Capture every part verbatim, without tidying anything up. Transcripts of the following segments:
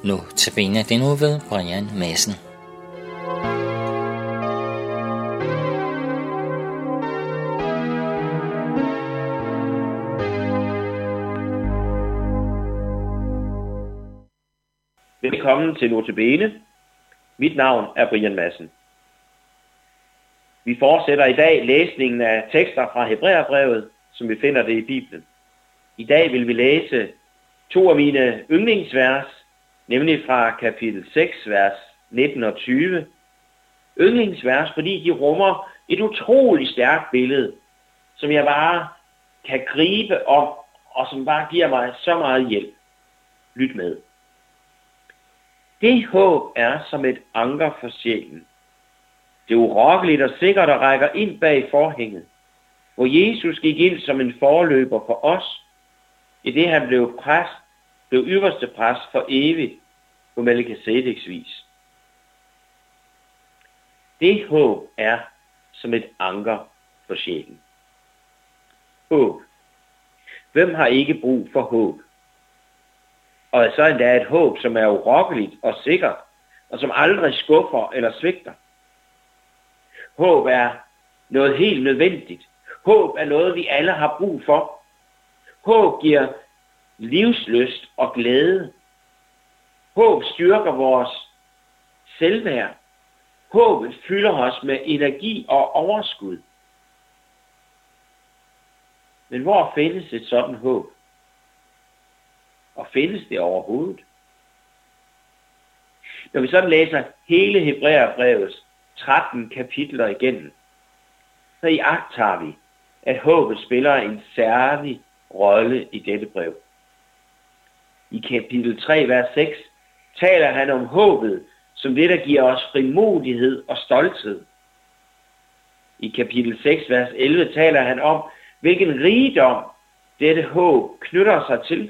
Nu tabiner den uge ved Brian Madsen. Velkommen til Notabene. Mit navn er Brian Madsen. Vi fortsætter i dag læsningen af tekster fra Hebræerbrevet, som vi finder det i Bibelen. I dag vil vi læse to af mine yndlingsvers, nemlig fra kapitel seks, vers nitten og tyve. Yndlingsvers, fordi de rummer et utroligt stærkt billede, som jeg bare kan gribe om, og som bare giver mig så meget hjælp. Lyt med. Det håb er som et anker for sjælen. Det er urokkeligt og sikkert og rækker ind bag forhænget, hvor Jesus gik ind som en forløber for os, i det han blev præst, blev øverste præst for evigt på Melkisedeks vis. Det håb er som et anker for sjælen. Håb. Hvem har ikke brug for håb? Og så endda et håb, som er urokkeligt og sikkert, og som aldrig skuffer eller svigter. Håb er noget helt nødvendigt. Håb er noget, vi alle har brug for. Håb giver livslyst og glæde. Håb styrker vores selvværd. Håbet fylder os med energi og overskud. Men hvor findes et sådan håb? Og findes det overhovedet? Når vi sådan læser hele Hebræerbrevets tretten kapitler igennem, så iagttager vi, at håbet spiller en særlig rolle i dette brev. I kapitel tre, vers seks, taler han om håbet som det, der giver os frimodighed og stolthed. I kapitel seks, vers elleve, taler han om, hvilken rigdom dette håb knytter sig til.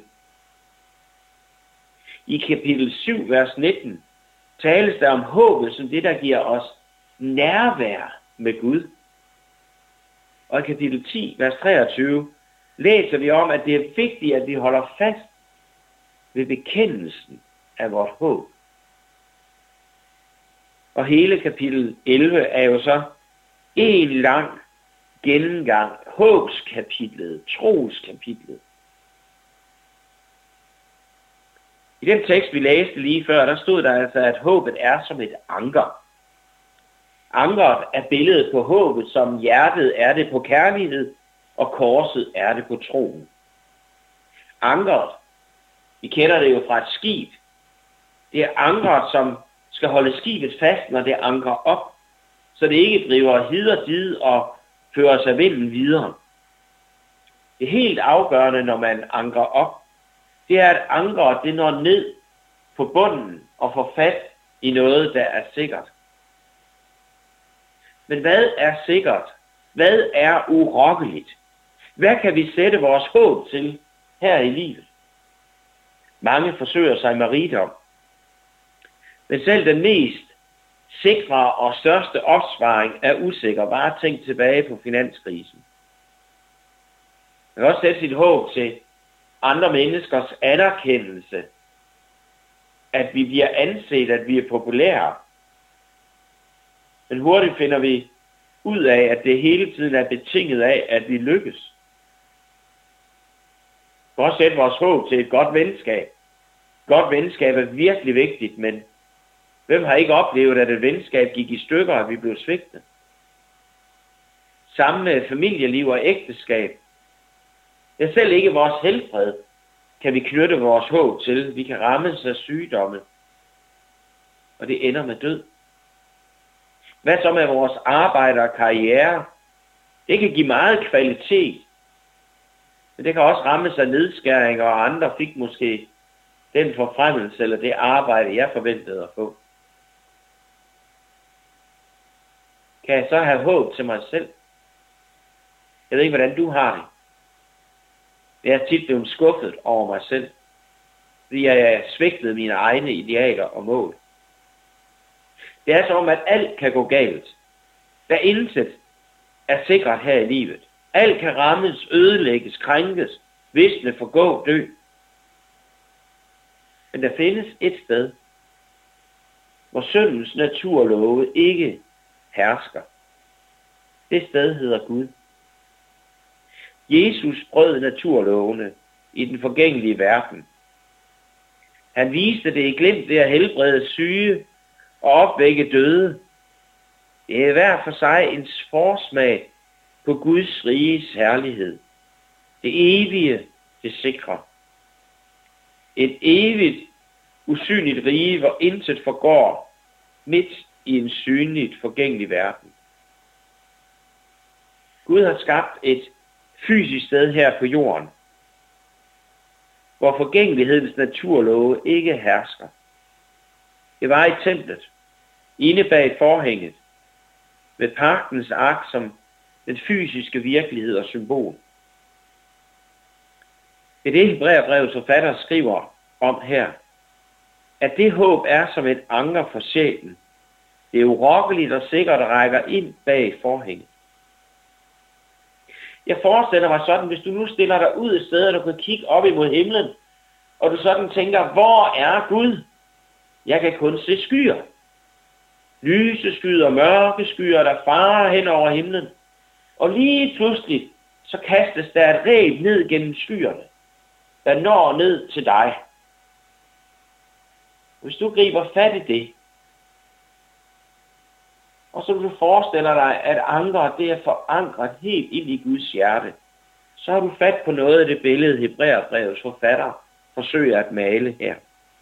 I kapitel syv, vers nitten, tales der om håbet som det, der giver os nærvær med Gud. Og i kapitel ti, vers treogtyve, læser vi om, at det er vigtigt, at vi holder fast ved bekendelsen af vores håb. Og hele kapitel elleve er jo så en lang gennemgang, håbskapitlet, troskapitlet. I den tekst, vi læste lige før, der stod der altså, at håbet er som et anker. Ankeret er billedet på håbet, som hjertet er det på kærlighed, og korset er det på troen. Ankeret, vi kender det jo fra et skib. Det er ankeret, som skal holde skibet fast, når det anker op, så det ikke driver hid og did og fører sig vinden videre. Det er helt afgørende, når man anker op, det er, at ankeret det når ned på bunden og får fat i noget, der er sikkert. Men hvad er sikkert? Hvad er urokkeligt? Hvad kan vi sætte vores håb til her i livet? Mange forsøger sig med rigdom. Men selv den mest sikre og største opsparing er usikker. Bare tænk tilbage på finanskrisen. Man kan også sætte sit håb til andre menneskers anerkendelse, at vi bliver anset, at vi er populære. Men hurtigt finder vi ud af, at det hele tiden er betinget af, at vi lykkes. Vi kan også sætte vores håb til et godt venskab. Godt venskab er virkelig vigtigt, men hvem har ikke oplevet, at et venskab gik i stykker, og vi blev svigtet? Sammen med familieliv og ægteskab. Ja, selv ikke vores helbred kan vi knytte vores håb til. Vi kan rammes af sygdomme, og det ender med død. Hvad så med vores arbejde og karriere? Det kan give meget kvalitet, men det kan også rammes af nedskæringer, og andre fik måske den forfremmelse eller det arbejde, jeg forventede at få. Kan jeg så have håb til mig selv? Jeg ved ikke, hvordan du har det. Jeg er tit blevet skuffet over mig selv, fordi jeg svigtede mine egne idealer og mål. Det er som om, at alt kan gå galt. Der intet er sikkert her i livet. Alt kan rammes, ødelægges, krænkes, visne, forgå, dø. Men der findes et sted, hvor syndens naturlove ikke hersker. Det sted hedder Gud. Jesus brød naturlovene i den forgængelige verden. Han viste det i glimt ved at helbrede syge og opvække døde. Det er hver for sig en forsmag på Guds riges herlighed. Det evige, det sikre. Et evigt, usynligt rige, hvor intet forgår, midt i en synligt forgængelig verden. Gud har skabt et fysisk sted her på jorden, hvor forgængelighedens naturlove ikke hersker. Det var i templet, inde bag forhænget, med pagtens ark som den fysiske virkelighed og symbol. Det er det Hebræerbrevets forfatter skriver om her, at det håb er som et anker for sjælen. Det er urokkeligt og sikkert at rækker ind bag forhænget. Jeg forestiller mig sådan, hvis du nu stiller dig ud et sted, og du kan kigge op imod himlen, og du sådan tænker, hvor er Gud? Jeg kan kun se skyer. Lyse skyer og mørke skyer, der farer hen over himlen. Og lige pludselig, så kastes der et reb ned gennem skyerne, der når ned til dig. Hvis du griber fat i det, og så du forestiller dig, at ankeret det er forankret helt ind i Guds hjerte, så har du fat på noget af det billede, Hebræerbrevets forfatter forsøger at male her.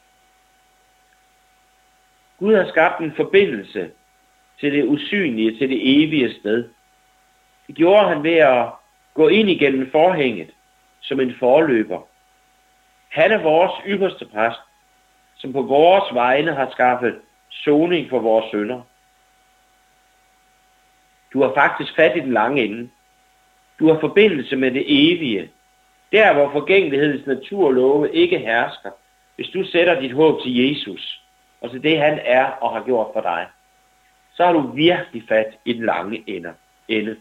Gud har skabt en forbindelse til det usynlige, til det evige sted. Det gjorde han ved at gå ind igennem forhænget som en forløber. Han er vores ypperste præst, som på vores vegne har skaffet soning for vores synder. Du har faktisk fat i den lange ende. Du har forbindelse med det evige. Der, hvor forgængelighedens naturlove ikke hersker, hvis du sætter dit håb til Jesus, og til det han er og har gjort for dig, så har du virkelig fat i den lange ende.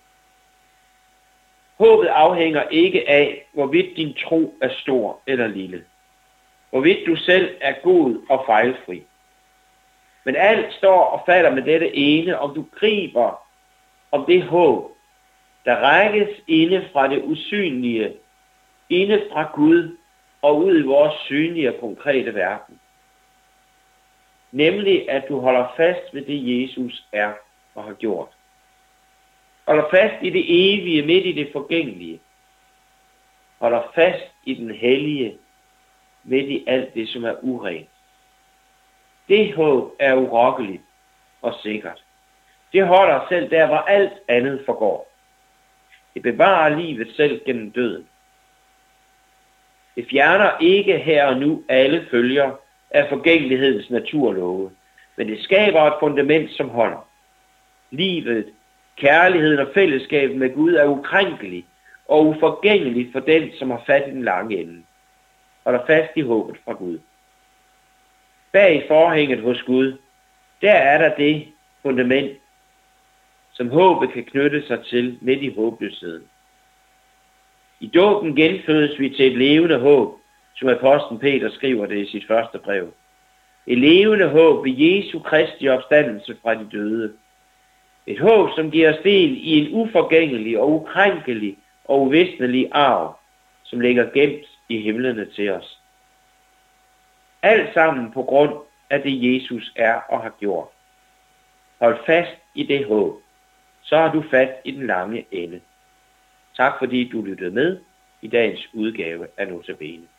Håbet afhænger ikke af, hvorvidt din tro er stor eller lille. Hvorvidt du selv er god og fejlfri. Men alt står og falder med dette ene, om du griber om det håb, der rækkes inde fra det usynlige, inde fra Gud og ud i vores synlige og konkrete verden. Nemlig, at du holder fast ved det, Jesus er og har gjort. Holder fast i det evige midt i det forgængelige. Holder fast i den hellige midt i alt det, som er urent. Det håb er urokkeligt og sikkert. Det holder selv der, hvor alt andet forgår. Det bevarer livet selv gennem døden. Det fjerner ikke her og nu alle følger af forgængelighedens naturlove, men det skaber et fundament, som holder. Livet, kærligheden og fællesskabet med Gud er ukrænkelig og uforgængelig for den, som har fat i den lange ende. Holder fast i håbet fra Gud. Bag forhænget hos Gud, der er der det fundament, som håbet kan knytte sig til midt i håbløsheden. I dåben genfødes vi til et levende håb, som apostlen Peter skriver det i sit første brev. Et levende håb ved Jesu Kristi opstandelse fra de døde. Et håb, som giver os del i en uforgængelig og ukrænkelig og uvisnelig arv, som ligger gemt i himlene til os. Alt sammen på grund af det, Jesus er og har gjort. Hold fast i det håb, så har du fat i den lange ende. Tak fordi du lyttede med i dagens udgave af Notabene.